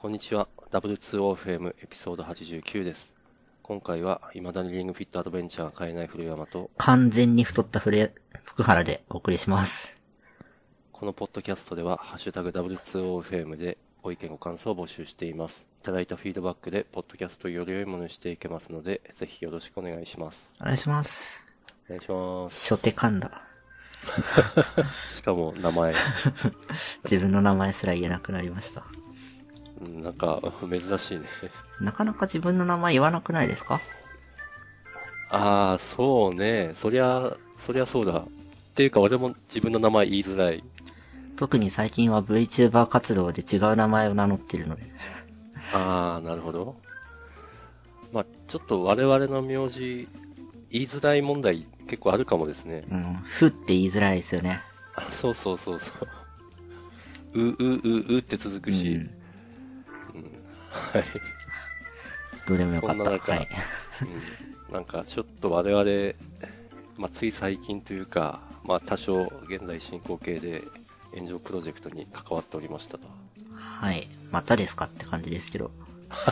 んにちは。W2OFM エピソード89です。今回は未だにリングフィットアドベンチャーが買えない古山と、 完全に太った福原でお送りします。 このポッドキャストではハッシュタグ W2OFM でご意見ご感想を募集しています。いただいたフィードバックでポッドキャストをより良いものにしていけますので、ぜひよろしくお願いします。 お願いします。 お願いします。 初手噛んだ。 しかも名前。 自分の名前すら言えなくなりました。 なんか珍しいね。 なかなか自分の名前言わなくないですか？ ああ、そうね。そりゃそうだ。っていうか俺も自分の名前言いづらい。 特に最近は VTuber 活動で違う名前を名乗ってるので。 ああ、なるほど。まあ、ちょっと我々の名字言いづらい問題結構あるかもですね。 ふって言いづらいですよね。 あ、そうそうそうそう。うって続くし。はい。 どうでもよかった。 そんな中、 はい。 なんかちょっと我々、まあ、つい最近というか、まあ多少現在進行形で炎上プロジェクトに関わっておりましたと。 はい。またですかって感じですけど。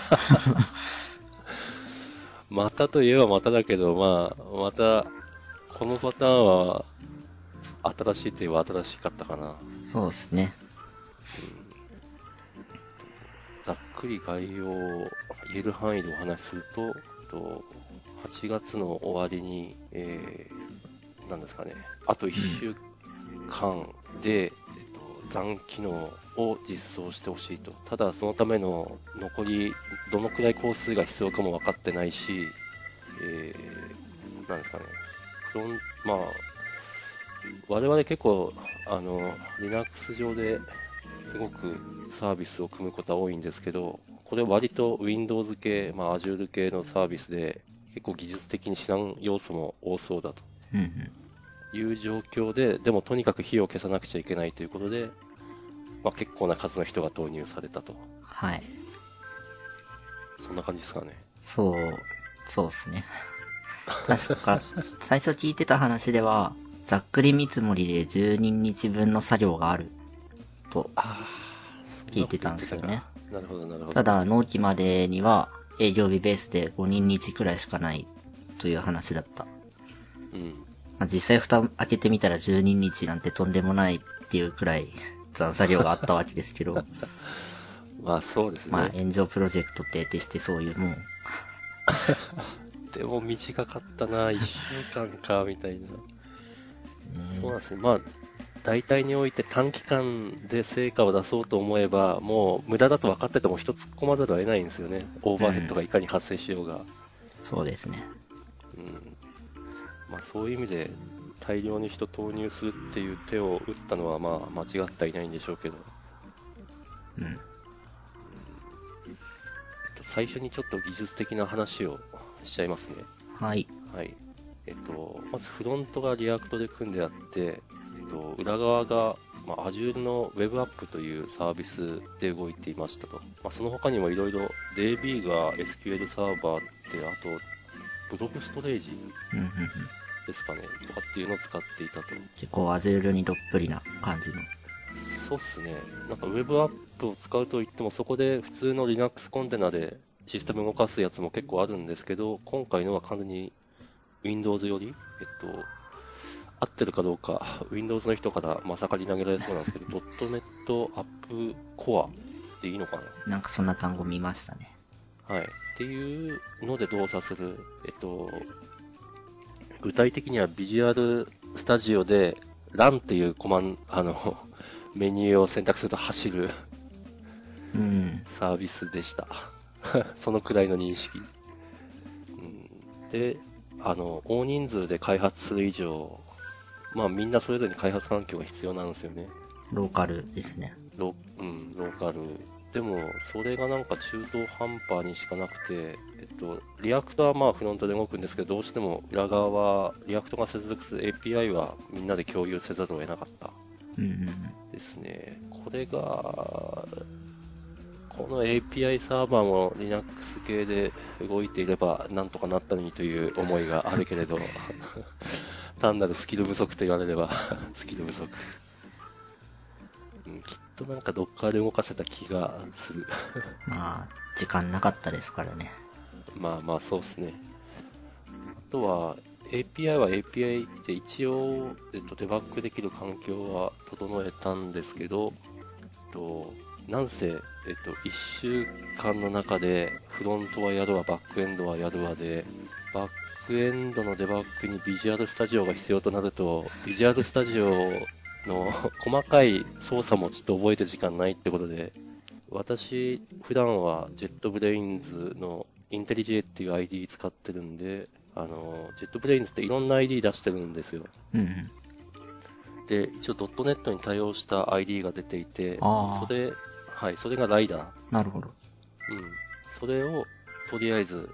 またといえばまただけど、まあ、また、このパターンは、新しいといえば新しかったかな。 そうですね。 ざっくり概要を言える範囲でお話しすると、8月の終わりに、なんですかね、あと1週間で、残機能を実装してほしいと。ただ、そのための残り、どのくらい工数が必要かも分かってないし、なんですかね、まあ、我々結構、Linux 上で動くサービスを組むことは多いんですけど、これ割と Windows 系、まあ Azure 系のサービスで結構技術的に至難要素も多そうだという状況で、でもとにかく火を消さなくちゃいけないということで、まあ、結構な数の人が投入されたと。 はい。 そんな感じですかね。 そうですね。確か、最初聞いてた話では、ざっくり見積もりで12日分の作業があると聞いてたんですよね。 なるほど、なるほど。 ただ、納期までには営業日ベースで5日くらいしかないという話だった。まあ、実際蓋開けてみたら12日なんてとんでもないっていうくらい残作業があったわけですけど。 まあそうですね。 まあ炎上プロジェクトって得てしてそういうもん。 でも短かったな、1週間か、みたいな。そうなんですね。まあ、大体において短期間で成果を出そうと思えば、もう無駄だと分かってても人突っ込まざるを得ないんですよね。オーバーヘッドがいかに発生しようが。 そうですね。 まあそういう意味で大量に人投入するっていう手を打ったのはまあ間違ってはいないんでしょうけど。最初にちょっと技術的な話をしちゃいますね。 はい。 はい。まずフロントがリアクトで組んであって、裏側が、まあ、Azure の Web アップというサービスで動いていましたと。まあ、その他にもいろいろ DB が SQL サーバーって、あと、ブログストレージですかね、とかっていうのを使っていたと。 結構 Azure にどっぷりな感じの。 そうっすね。なんか Web アップを使うといっても、そこで普通の Linux コンテナでシステム動かすやつも結構あるんですけど、今回のは完全に Windows より、合ってるかどうか、Windows の人からまさかり投げられそうなんですけど、.NET App Core でいいのかな。 なんかそんな単語見ましたね。 はい。っていうので動作する。具体的には Visual Studio で Run っていうメニューを選択すると走るサービスでした。そのくらいの認識。で、大人数で開発する以上、まあみんなそれぞれに開発環境が必要なんですよね。 ローカルですね。 ローカル。でも、それがなんか中途半端にしかなくて、リアクトはまあフロントで動くんですけど、どうしても裏側は、リアクトが接続する API はみんなで共有せざるを得なかったですね。これが、この API サーバーも Linux 系で動いていればなんとかなったのにという思いがあるけれど、単なるスキル不足と言われればスキル不足。きっとなんかどっかで動かせた気がする。 まあ、時間なかったですからね。 まあまあそうですね。あとは API は API で一応、デバッグできる環境は整えたんですけど、なんせ、1週間の中でフロントはやるわ、バックエンドはやるわで、バックエンドのデバッグにビジュアルスタジオが必要となると、ビジュアルスタジオの細かい操作もちょっと覚えてる時間ないってことで、私、普段は JetBrains の IntelliJ っていう ID 使ってるんで、JetBrains っていろんな ID 出してるんですよ。 うん。 で、一応 .NET に対応した ID が出ていて、 あはい、それがライダー。 なるほど。 うん。それを、とりあえず、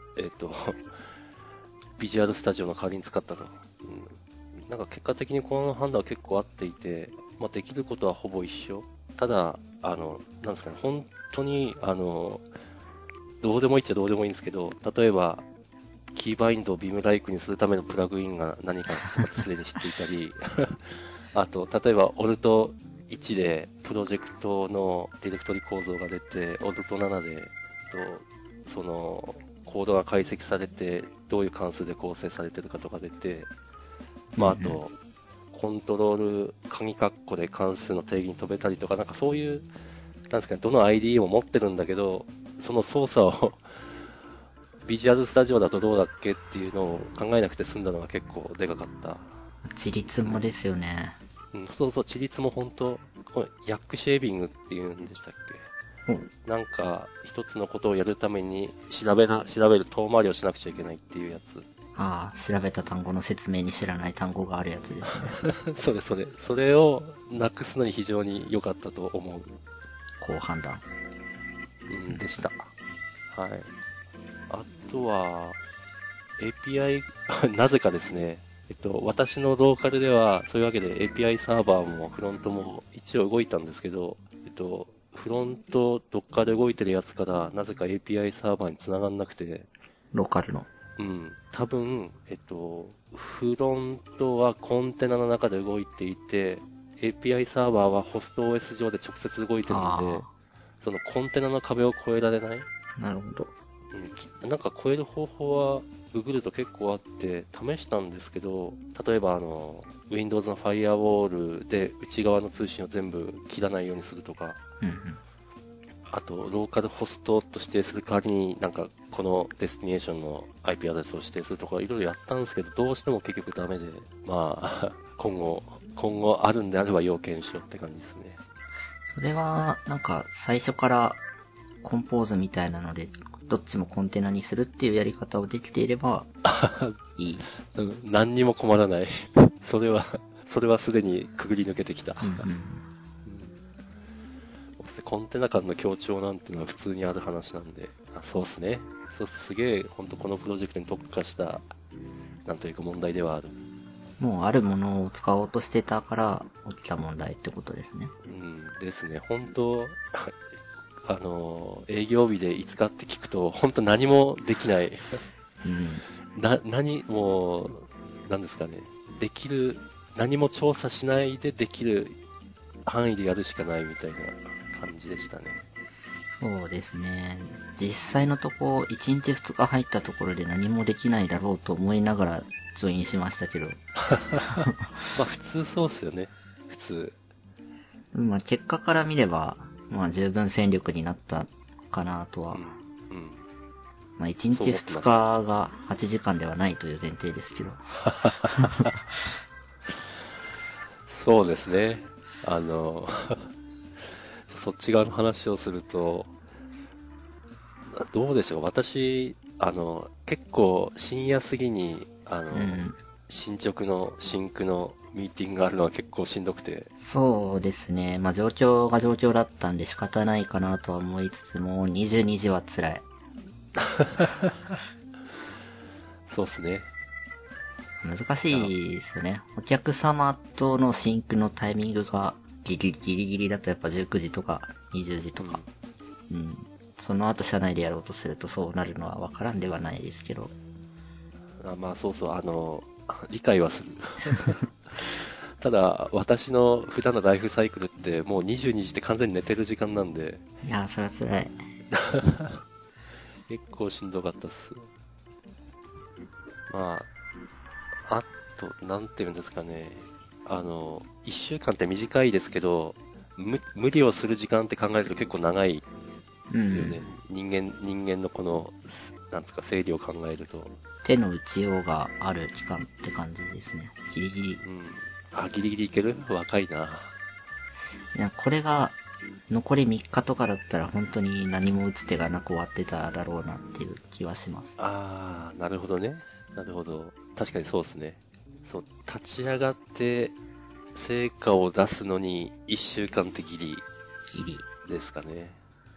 ビジュアルスタジオの代わりに使ったと。うん。なんか結果的にこの判断は結構合っていて、まあ、できることはほぼ一緒。ただ、なんですかね、本当に、どうでもいいっちゃどうでもいいんですけど、例えば、キーバインドをビームライクにするためのプラグインが何かすでに知っていたり、あと、例えば、オルト1でプロジェクトのディレクトリ構造が出て、オルト7で、その、コードが解析されて、どういう関数で構成されてるかとか出て、まあ、あと、コントロール、鍵括弧で関数の定義に飛べたりとか、なんかそういう、なんですかね、どの IDE も持ってるんだけど、その操作をビジュアルスタジオだとどうだっけっていうのを考えなくて済んだのが結構でかかった。 自立もですよね。 うん、そうそう、自立も本当、これヤックシェービングっていうんでしたっけ？なんか、一つのことをやるために調べる遠回りをしなくちゃいけないっていうやつ。 ああ、調べた単語の説明に知らない単語があるやつですね。 それをなくすのに非常に良かったと思う。 好判断。 でした。はい。あとは、API なぜかですね、私のローカルでは、そういうわけで API サーバーもフロントも一応動いたんですけど、フロントどっかで動いてるやつから、なぜか API サーバーに繋がんなくて、 ローカルの。 多分、フロントはコンテナの中で動いていて、API サーバーはホスト OS 上で直接動いてるんで、そのコンテナの壁を越えられない。 なるほど。 なんか超える方法はググると結構あって試したんですけど、例えばWindows の Firewall で内側の通信を全部切らないようにするとか、あとローカルホストと指定する代わりになんかこのデスティネーションの IP アドレスを指定するとかいろいろやったんですけど、どうしても結局ダメで、まあ今後あるんであれば要検証って感じですね。 それはなんか最初からコンポーズみたいなので、どっちもコンテナにするっていうやり方をできていればいい。 何にも困らない。それはすでにくぐり抜けてきた。コンテナ間の協調なんていうのは普通にある話なんで、そうっすね。すげえ、本当このプロジェクトに特化した、なんというか問題ではある。 もうあるものを使おうとしてたから起きた問題ってことですね。 ですね。本当営業日で5日って聞くと、本当何もできない。もう、なんですかね。何も調査しないでできる範囲でやるしかないみたいな感じでしたね。 そうですね。実際のとこ、1日2日入ったところで何もできないだろうと思いながらジョインしましたけど。 まあ普通そうっすよね。普通。 まあ結果から見れば、まあ十分戦力になったかなとは。まあ1日2日が8時間ではないという前提ですけど。 そうですね。そっち側の話をすると、どうでしょう。私、結構深夜過ぎに、進捗のシンクのミーティングがあるのは結構しんどくて。 そうですね。まあ状況が状況だったんで仕方ないかなとは思いつつも、22時は辛い。 そうですね。 難しいですよね。お客様とのシンクのタイミングがギリギリだとやっぱ19時とか20時とか。その後社内でやろうとするとそうなるのはわからんではないですけど。 まあそうそう、理解はする。 ただ、私の普段のライフサイクルってもう22時って完全に寝てる時間なんで、 いや、それは辛い。 結構しんどかったっす。まあ、あと、なんていうんですかね。1週間って短いですけど、無理をする時間って考えると結構長いですよね。人間のこの、なんですか、整理を考えると。 手の打ちようがある期間って感じですね。ギリギリ。 うん。あ、ギリギリいける？若いな。 いや、これが、残り3日とかだったら本当に何も打つ手がなく終わってただろうなっていう気はします。 あー、なるほどね。なるほど。確かにそうですね。そう、立ち上がって成果を出すのに1週間ってギリギリ。 ですかね。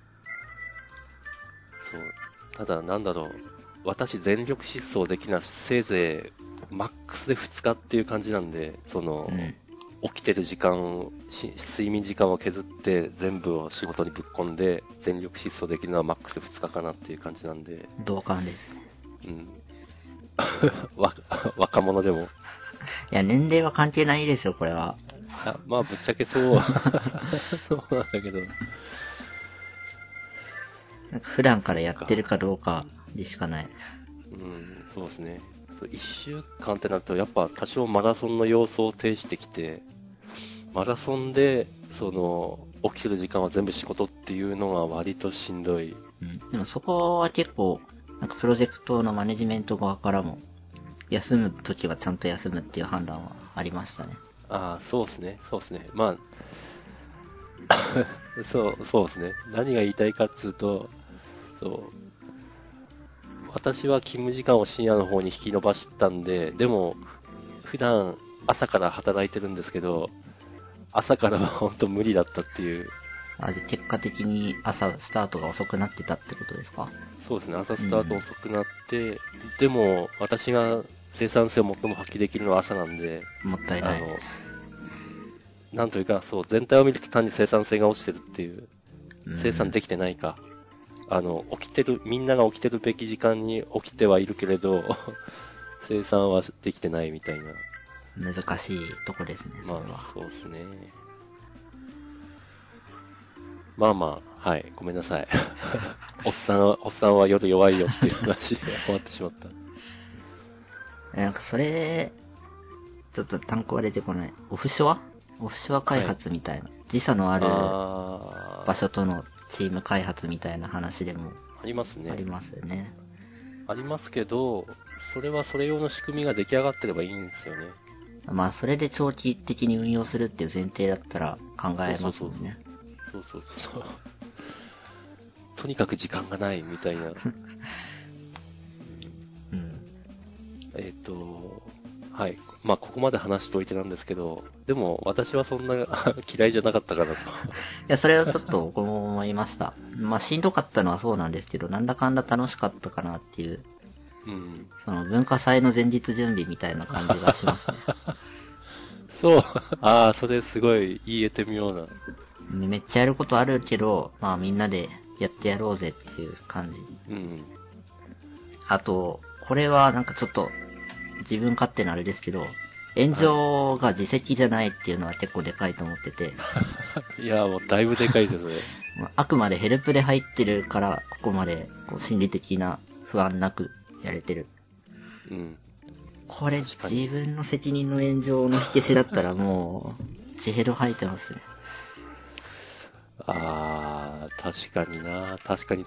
そう。ただ、なんだろう。私、全力疾走できな、せいぜい、マックスで2日っていう感じなんで、起きてる時間、睡眠時間を削って全部を仕事にぶっ込んで、全力疾走できるのはマックス2日かなっていう感じなんで。 同感です。 うん。若者でも。 いや、年齢は関係ないですよ、これは。 まあ、ぶっちゃけそう。そうなんだけど。 なんか普段からやってるかどうかでしかない。 うん、そうですね。1週間ってなると、やっぱ多少マラソンの様相を呈してきて、マラソンで、起きてる時間は全部仕事っていうのが割としんどい。 うん。でもそこは結構、なんかプロジェクトのマネジメント側からも、休むときはちゃんと休むっていう判断はありましたね。 ああ、そうですね。そうですね。まあ、そうですね。何が言いたいかっつうと、そう私は勤務時間を深夜の方に引き延ばしたんで、でも、普段朝から働いてるんですけど、朝からは本当無理だったっていう。 で、結果的に朝スタートが遅くなってたってことですか？ そうですね、朝スタート遅くなって、でも私が生産性を最も発揮できるのは朝なんで、 もったいない。 なんというか、そう、全体を見ると単に生産性が落ちてるっていう、生産できてないか。みんなが起きてるべき時間に起きてはいるけれど、生産はできてないみたいな。 難しいとこですね、それは。 まあ、そうですね。まあまあ、はい、ごめんなさい。おっさんは夜弱いよっていう話で終わってしまった。 なんかそれ、ちょっと単語は出てこない。オフショア開発みたいな。時差のある場所とのチーム開発みたいな話でもありますね。 ありますよね。 ありますけど、それはそれ用の仕組みが出来上がってればいいんですよね。 まあ、それで長期的に運用するっていう前提だったら考えますもんね。 そう。とにかく時間がないみたいな。 うん。 はい。まあ、ここまで話しておいてなんですけど、でも私はそんな嫌いじゃなかったかなと。 いや、それはちょっと僕も思いました。まあ、しんどかったのはそうなんですけど、なんだかんだ楽しかったかなっていう、 うん。 その文化祭の前日準備みたいな感じがしますね。 そう。ああ、それすごい言えてみような。 めっちゃやることあるけど、まあみんなでやってやろうぜっていう感じ。 うん。 あと、これはなんかちょっと自分勝手なあれですけど、炎上が自責じゃないっていうのは結構でかいと思ってて。 いや、もうだいぶでかいですね。 あくまでヘルプで入ってるから、ここまでこう心理的な不安なくやれてる。 うん。 これ自分の責任の炎上の火消しだったらもう、ジヘド吐いてますね。 ああ、確かにな。確かに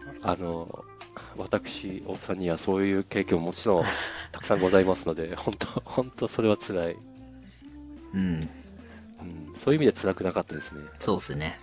私、おっさんにはそういう経験ももちろんたくさんございますので、本当それは辛い。 うん。 うん、そういう意味で辛くなかったですね。 そうっすね。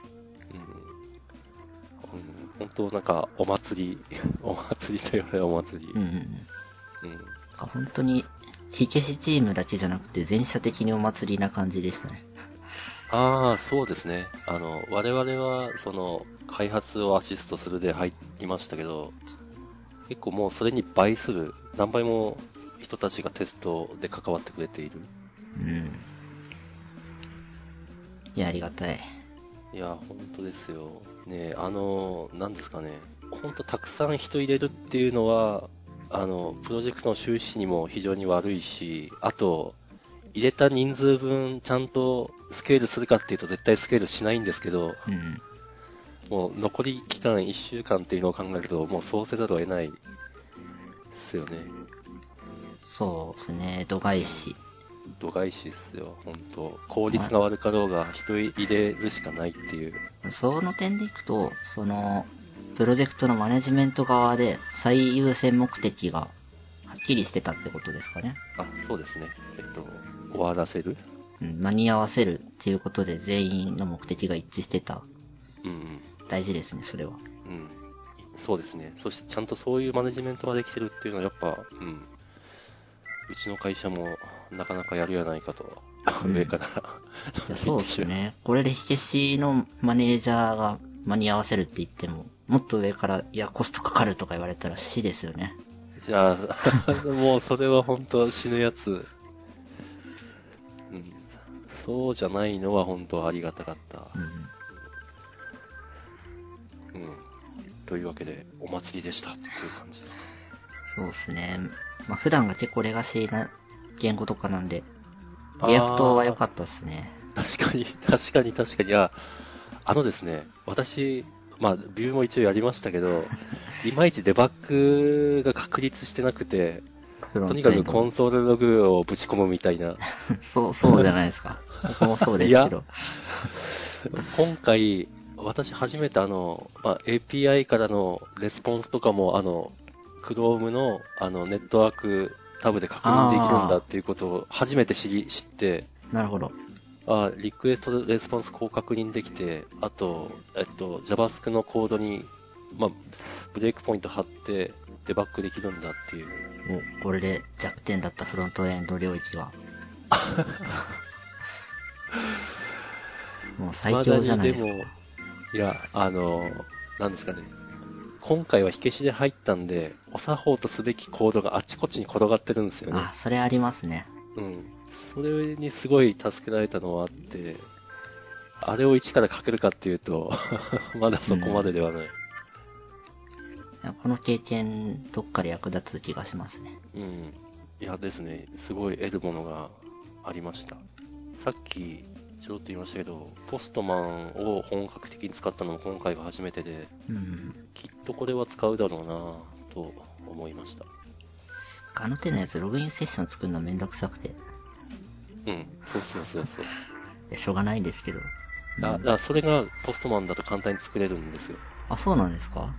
本当なんかお祭りと言われるお祭り。 うんうんうん。本当に、火消しチームだけじゃなくて全社的にお祭りな感じでしたね。 ああ、そうですね。我々は、開発をアシストするで入りましたけど、結構もうそれに倍する、何倍も人たちがテストで関わってくれている。 うん。いや、ありがたい。 いや、本当ですよ。ね、なんですかね。本当たくさん人入れるっていうのは、プロジェクトの収支にも非常に悪いし、あと、 入れた人数分ちゃんとスケールするかっていうと絶対スケールしないんですけど、もう残り期間1週間っていうのを考えるともうそうせざるを得ないですよね。 そうですね、度外視っすよ、本当。効率が悪かろうが人入れるしかないっていう。 その点でいくと、プロジェクトのマネジメント側で最優先目的がはっきりしてたってことですかね。 そうですね。終わらせる、 間に合わせるっていうことで全員の目的が一致してた。大事ですね、それは。 そうですね。そしてちゃんとそういうマネジメントができてるっていうのはやっぱ、うちの会社もなかなかやるやないかと、上からそうですね。これで火消しのマネージャーが間に合わせるって言っても、もっと上から、いや、コストかかるとか言われたら死ですよね。 いや、もうそれは本当死ぬやつ。そうじゃないのは本当ありがたかった。というわけで、お祭りでしたっていう感じですか。 そうですね。普段が結構レガシーな言語とかなんで、リアクトは良かったですね。 確かに。ですね、私、ビューも一応やりましたけど、いまいちデバッグが確立してなくて、とにかくコンソールログをぶち込むみたいな。 そうじゃないですか。僕もそうですけど。 今回、私初めてAPI からのレスポンスとかもChrome のネットワークタブで確認できるんだっていうことを初めて知って、 なるほど。 リクエストレスポンスこう確認できて、あと、JavaScript のコードに、ブレイクポイント貼ってデバッグできるんだっていう。 これで弱点だったフロントエンド領域は。もう最強じゃないですか。 でも、いや、なんですかね。今回は火消しで入ったんで、お作法とすべきコードがあっちこっちに転がってるんですよね。 それありますね。 それにすごい助けられたのはあって、あれを一から書けるかっていうと、まだそこまでではない。 この経験、どっかで役立つ気がしますね。 いやですね、すごい得るものがありました。さっき、ちょろっと言いましたけど、ポストマンを本格的に使ったのも今回が初めてで、きっとこれは使うだろうなと思いました。 あの手のやつ、ログインセッション作るのめんどくさくて。 そう。 しょうがないんですけど。 それがポストマンだと簡単に作れるんですよ。 そうなんですか？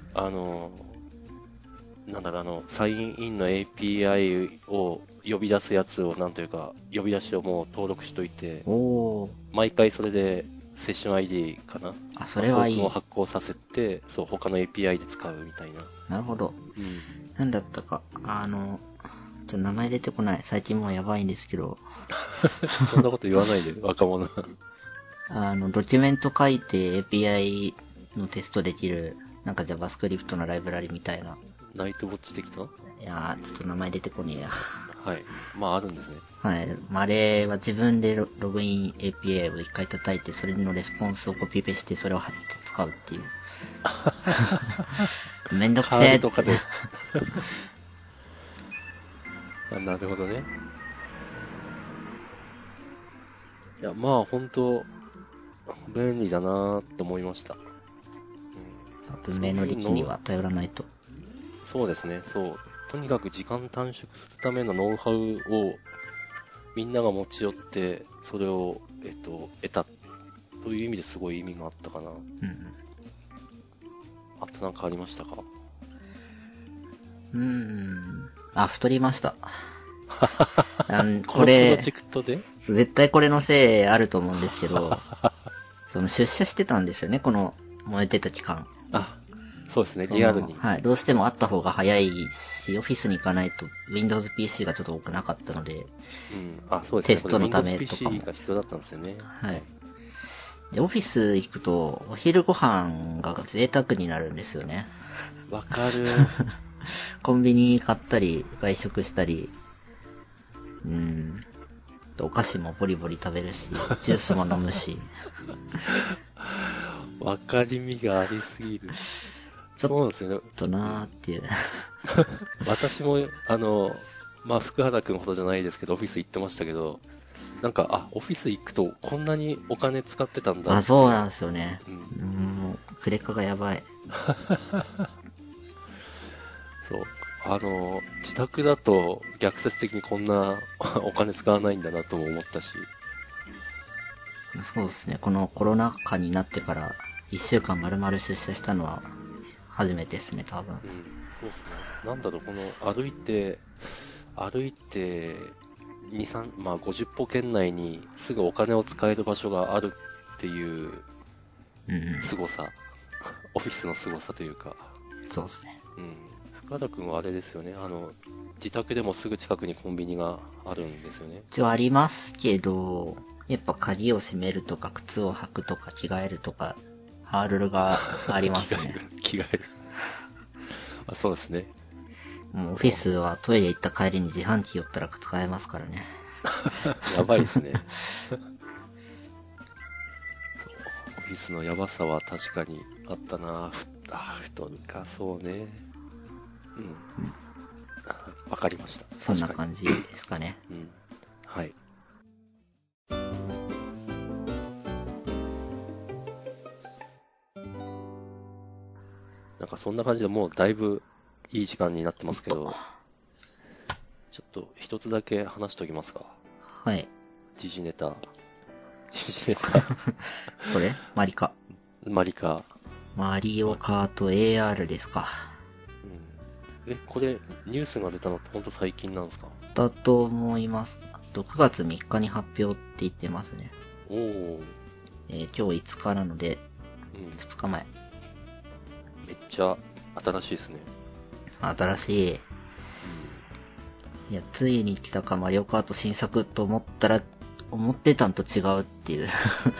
サインインの API を呼び出すやつを、なんというか、呼び出しをもう登録しといて、毎回それでセッション ID かな。 それはいい。 トークンを発行させて、他の API で使うみたいな。 なるほど。なんだったか、名前出てこない。最近もうやばいんですけど。 そんなこと言わないで、若者。 ドキュメント書いて API のテストできる、なんか JavaScript のライブラリみたいな。 ナイトウォッチ的な？ いやー、ちょっと名前出てこねえや。 はい。あるんですね。 はい。あれは自分でログイン API を一回叩いて、それのレスポンスをコピペして、それを貼って使うっていう。めんどくせえとかで。なるほどね。いや、本当便利だなと思いました。 文明の利器には頼らないと。 そうですね、とにかく時間短縮するためのノウハウをみんなが持ち寄って、それを、得たという意味ですごい意味があったかな。あとなんかありましたか？ 太りました。 これ、プロジェクトで？ 絶対これのせいあると思うんですけど、出社してたんですよね、この燃えてた期間。 そうですね、リアルに。 はい、どうしてもあった方が早いし、オフィスに行かないと Windows PC がちょっと多くなかったので、 そうですね、 テストのためとかも。 Windows PC が必要だったんですよね。 はい。で、オフィス行くと、お昼ご飯が贅沢になるんですよね。 わかる。 コンビニ買ったり、外食したり、お菓子もボリボリ食べるし、ジュースも飲むし。 わかりみがありすぎる。そうなんですよね。 なーっていう。 私も、 まあ福原くんほどじゃないですけど、オフィス行ってましたけど、なんか、オフィス行くとこんなにお金使ってたんだって。 そうなんですよね。 もうクレカがやばい。 そう。自宅だと逆説的にこんなお金使わないんだなとも思ったし。 そうですね。このコロナ禍になってから1週間丸々出社したのは初めてですね、多分。 そうですね。なんだろう、この歩いて、2、3、まあ50歩圏内にすぐお金を使える場所があるっていう凄さ、オフィスの凄さというか。 そうですね。 深田君はあれですよね、自宅でもすぐ近くにコンビニがあるんですよね。 一応ありますけど、やっぱ鍵を閉めるとか、靴を履くとか、着替えるとか、ハードルがありますね。 着替える。そうですね。 もうオフィスはトイレ行った帰りに自販機寄ったら使えますからね。 やばいですね。オフィスのやばさは確かにあったな。太るか、そうね。わかりました。 そんな感じですかね。 はい。なんかそんな感じでもうだいぶいい時間になってますけど、ちょっと一つだけ話しておきますか。 はい。 時事ネタ。 これマリカ。 マリカ。 マリオカート AR ですか。 これ、ニュースが出たのってほんと最近なんですか？ だと思います。9月3日に発表って言ってますね。今日5日なので、2日前。 めっちゃ新しいですね。 新しい。いや、ついに来たかマリオカート新作と思ったら、思ってたんと違うっていう。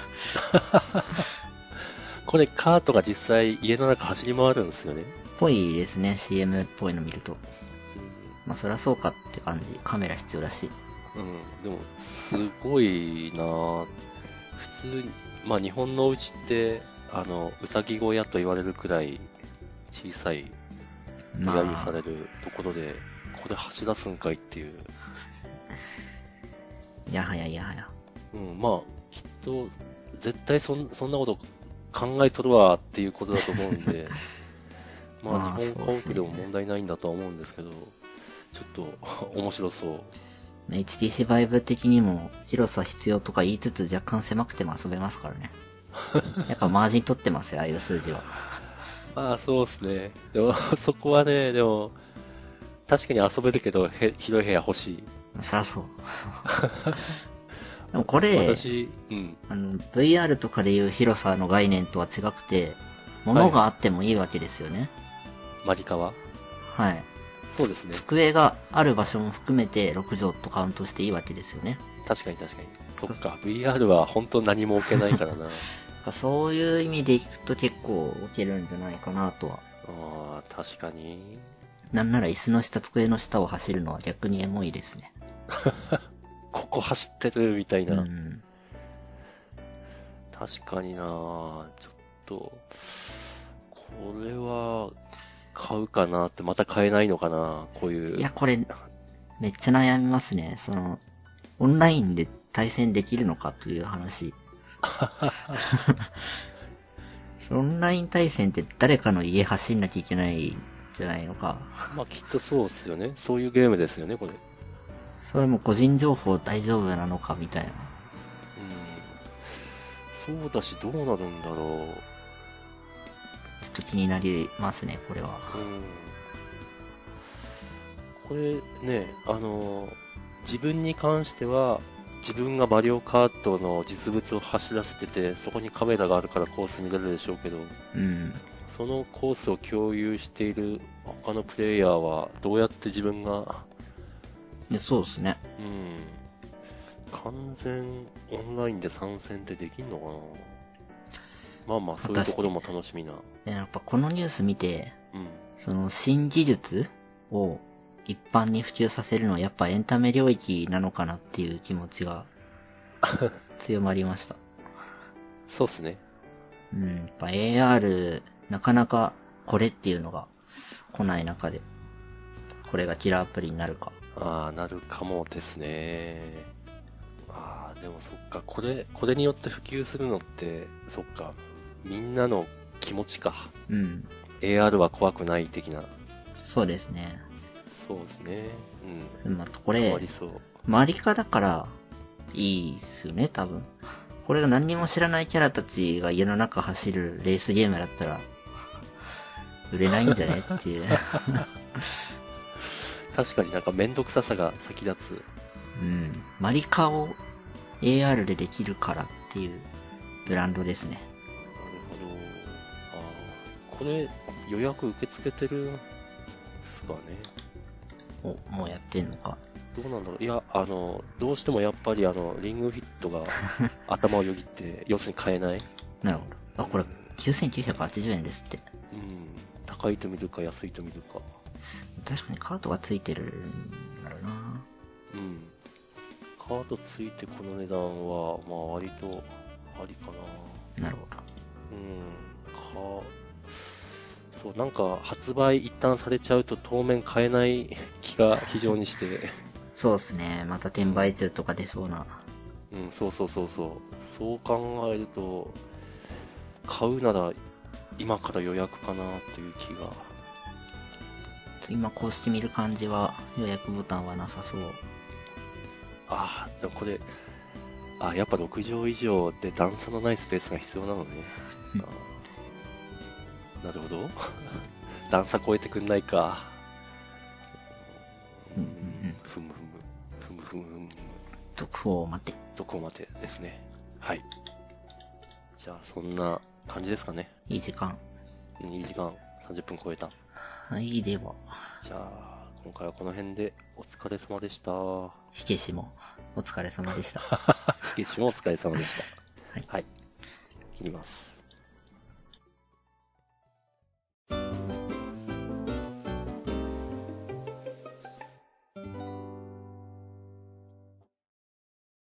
これカートが実際家の中走り回るんですよね。 ぽいですね、CM っぽいの見ると。まあそりゃそうかって感じ。カメラ必要だし。 でも、すごいなぁ。普通に、まあ日本のお家って、うさぎ小屋と言われるくらい小さい、揶揄されるところで、これ走らすんかいっていう。 いやはや。 まあ、きっと、絶対そんなこと考えとるわっていうことだと思うんで、まあ日本家屋でも問題ないんだとは思うんですけど、ちょっと面白そう。 HTC Vive 的にも広さ必要とか言いつつ若干狭くても遊べますからね。やっぱマージン取ってますよ、ああいう数字は。 まあそうですね。でもそこはね、でも、確かに遊べるけど、広い部屋欲しい。 そりゃそう。でもこれ、VR とかでいう広さの概念とは違くて、物があってもいいわけですよね。 マリカは？ はい。 そうですね。 机がある場所も含めて6畳とカウントしていいわけですよね。 確かに。そっか、VR は本当何も置けないからな。 そういう意味でいくと結構置けるんじゃないかなとは。 確かに。 なんなら椅子の下、机の下を走るのは逆にエモいですね。 ここ走ってるみたいな。確かにな、ちょっと、これは、買うかなって、また買えないのかな、こういう。 いや、これ、めっちゃ悩みますね。オンラインで対戦できるのかという話。オンライン対戦って誰かの家走んなきゃいけないんじゃないのか。 まあきっとそうっすよね。そういうゲームですよね、これ。 それも個人情報大丈夫なのかみたいな。 そうだし、どうなるんだろう。 ちょっと気になりますね、これは。 これね、自分に関しては、自分がマリオカートの実物を走らせてて、そこにカメラがあるからコース見れるでしょうけど、そのコースを共有している他のプレイヤーは、どうやって自分が、 そうですね。 完全オンラインで参戦ってできんのかな。まあそういうところも楽しみな。 やっぱこのニュース見て、新技術を一般に普及させるのはやっぱエンタメ領域なのかなっていう気持ちが強まりました。 そうっすね。 やっぱ AR なかなかこれっていうのが来ない中で、これがキラーアプリになるか。 ああ、なるかもですね。ああ、でもそっか、これによって普及するのって、そっか、みんなの気持ちか。 うん。 AR は怖くない的な。 そうですね。 そうですね。 うん。まあ、これ、マリカだから、いいっすよね、多分。これが何にも知らないキャラたちが家の中走るレースゲームだったら、売れないんじゃねっていう。 確かになんかめんどくささが先立つ。 うん。マリカを AR でできるからっていうブランドですね。なるほど。これ予約受け付けてるんですかね。 もうやってんのか。 どうなんだろう。いや、どうしてもやっぱりリングフィットが頭をよぎって、要するに買えない。 なるほど。あ、これ、9980円ですって。 うん。高いと見るか安いと見るか。 確かにカートがついてるんだろうな。 うん。カートついてこの値段は、まあ割とありかな。なるほど。 そう、なんか発売一旦されちゃうと当面買えない気が非常にして。 そうですね。また転売中とか出そうな。 うん、そう。そう考えると、買うなら今から予約かなという気が。 今こうして見る感じは予約ボタンはなさそう。 でもこれ、やっぱ6畳以上で段差のないスペースが必要なのね。なるほど。段差超えてくんないか。ふむ。 続報を待て。 続報待てですね。はい。じゃあそんな感じですかね。 いい時間。 いい時間。30分超えた。 はい、では。 じゃあ、今回はこの辺でお疲れ様でした。 火消しもお疲れ様でした。 火消しもお疲れ様でした。 はい。 切ります。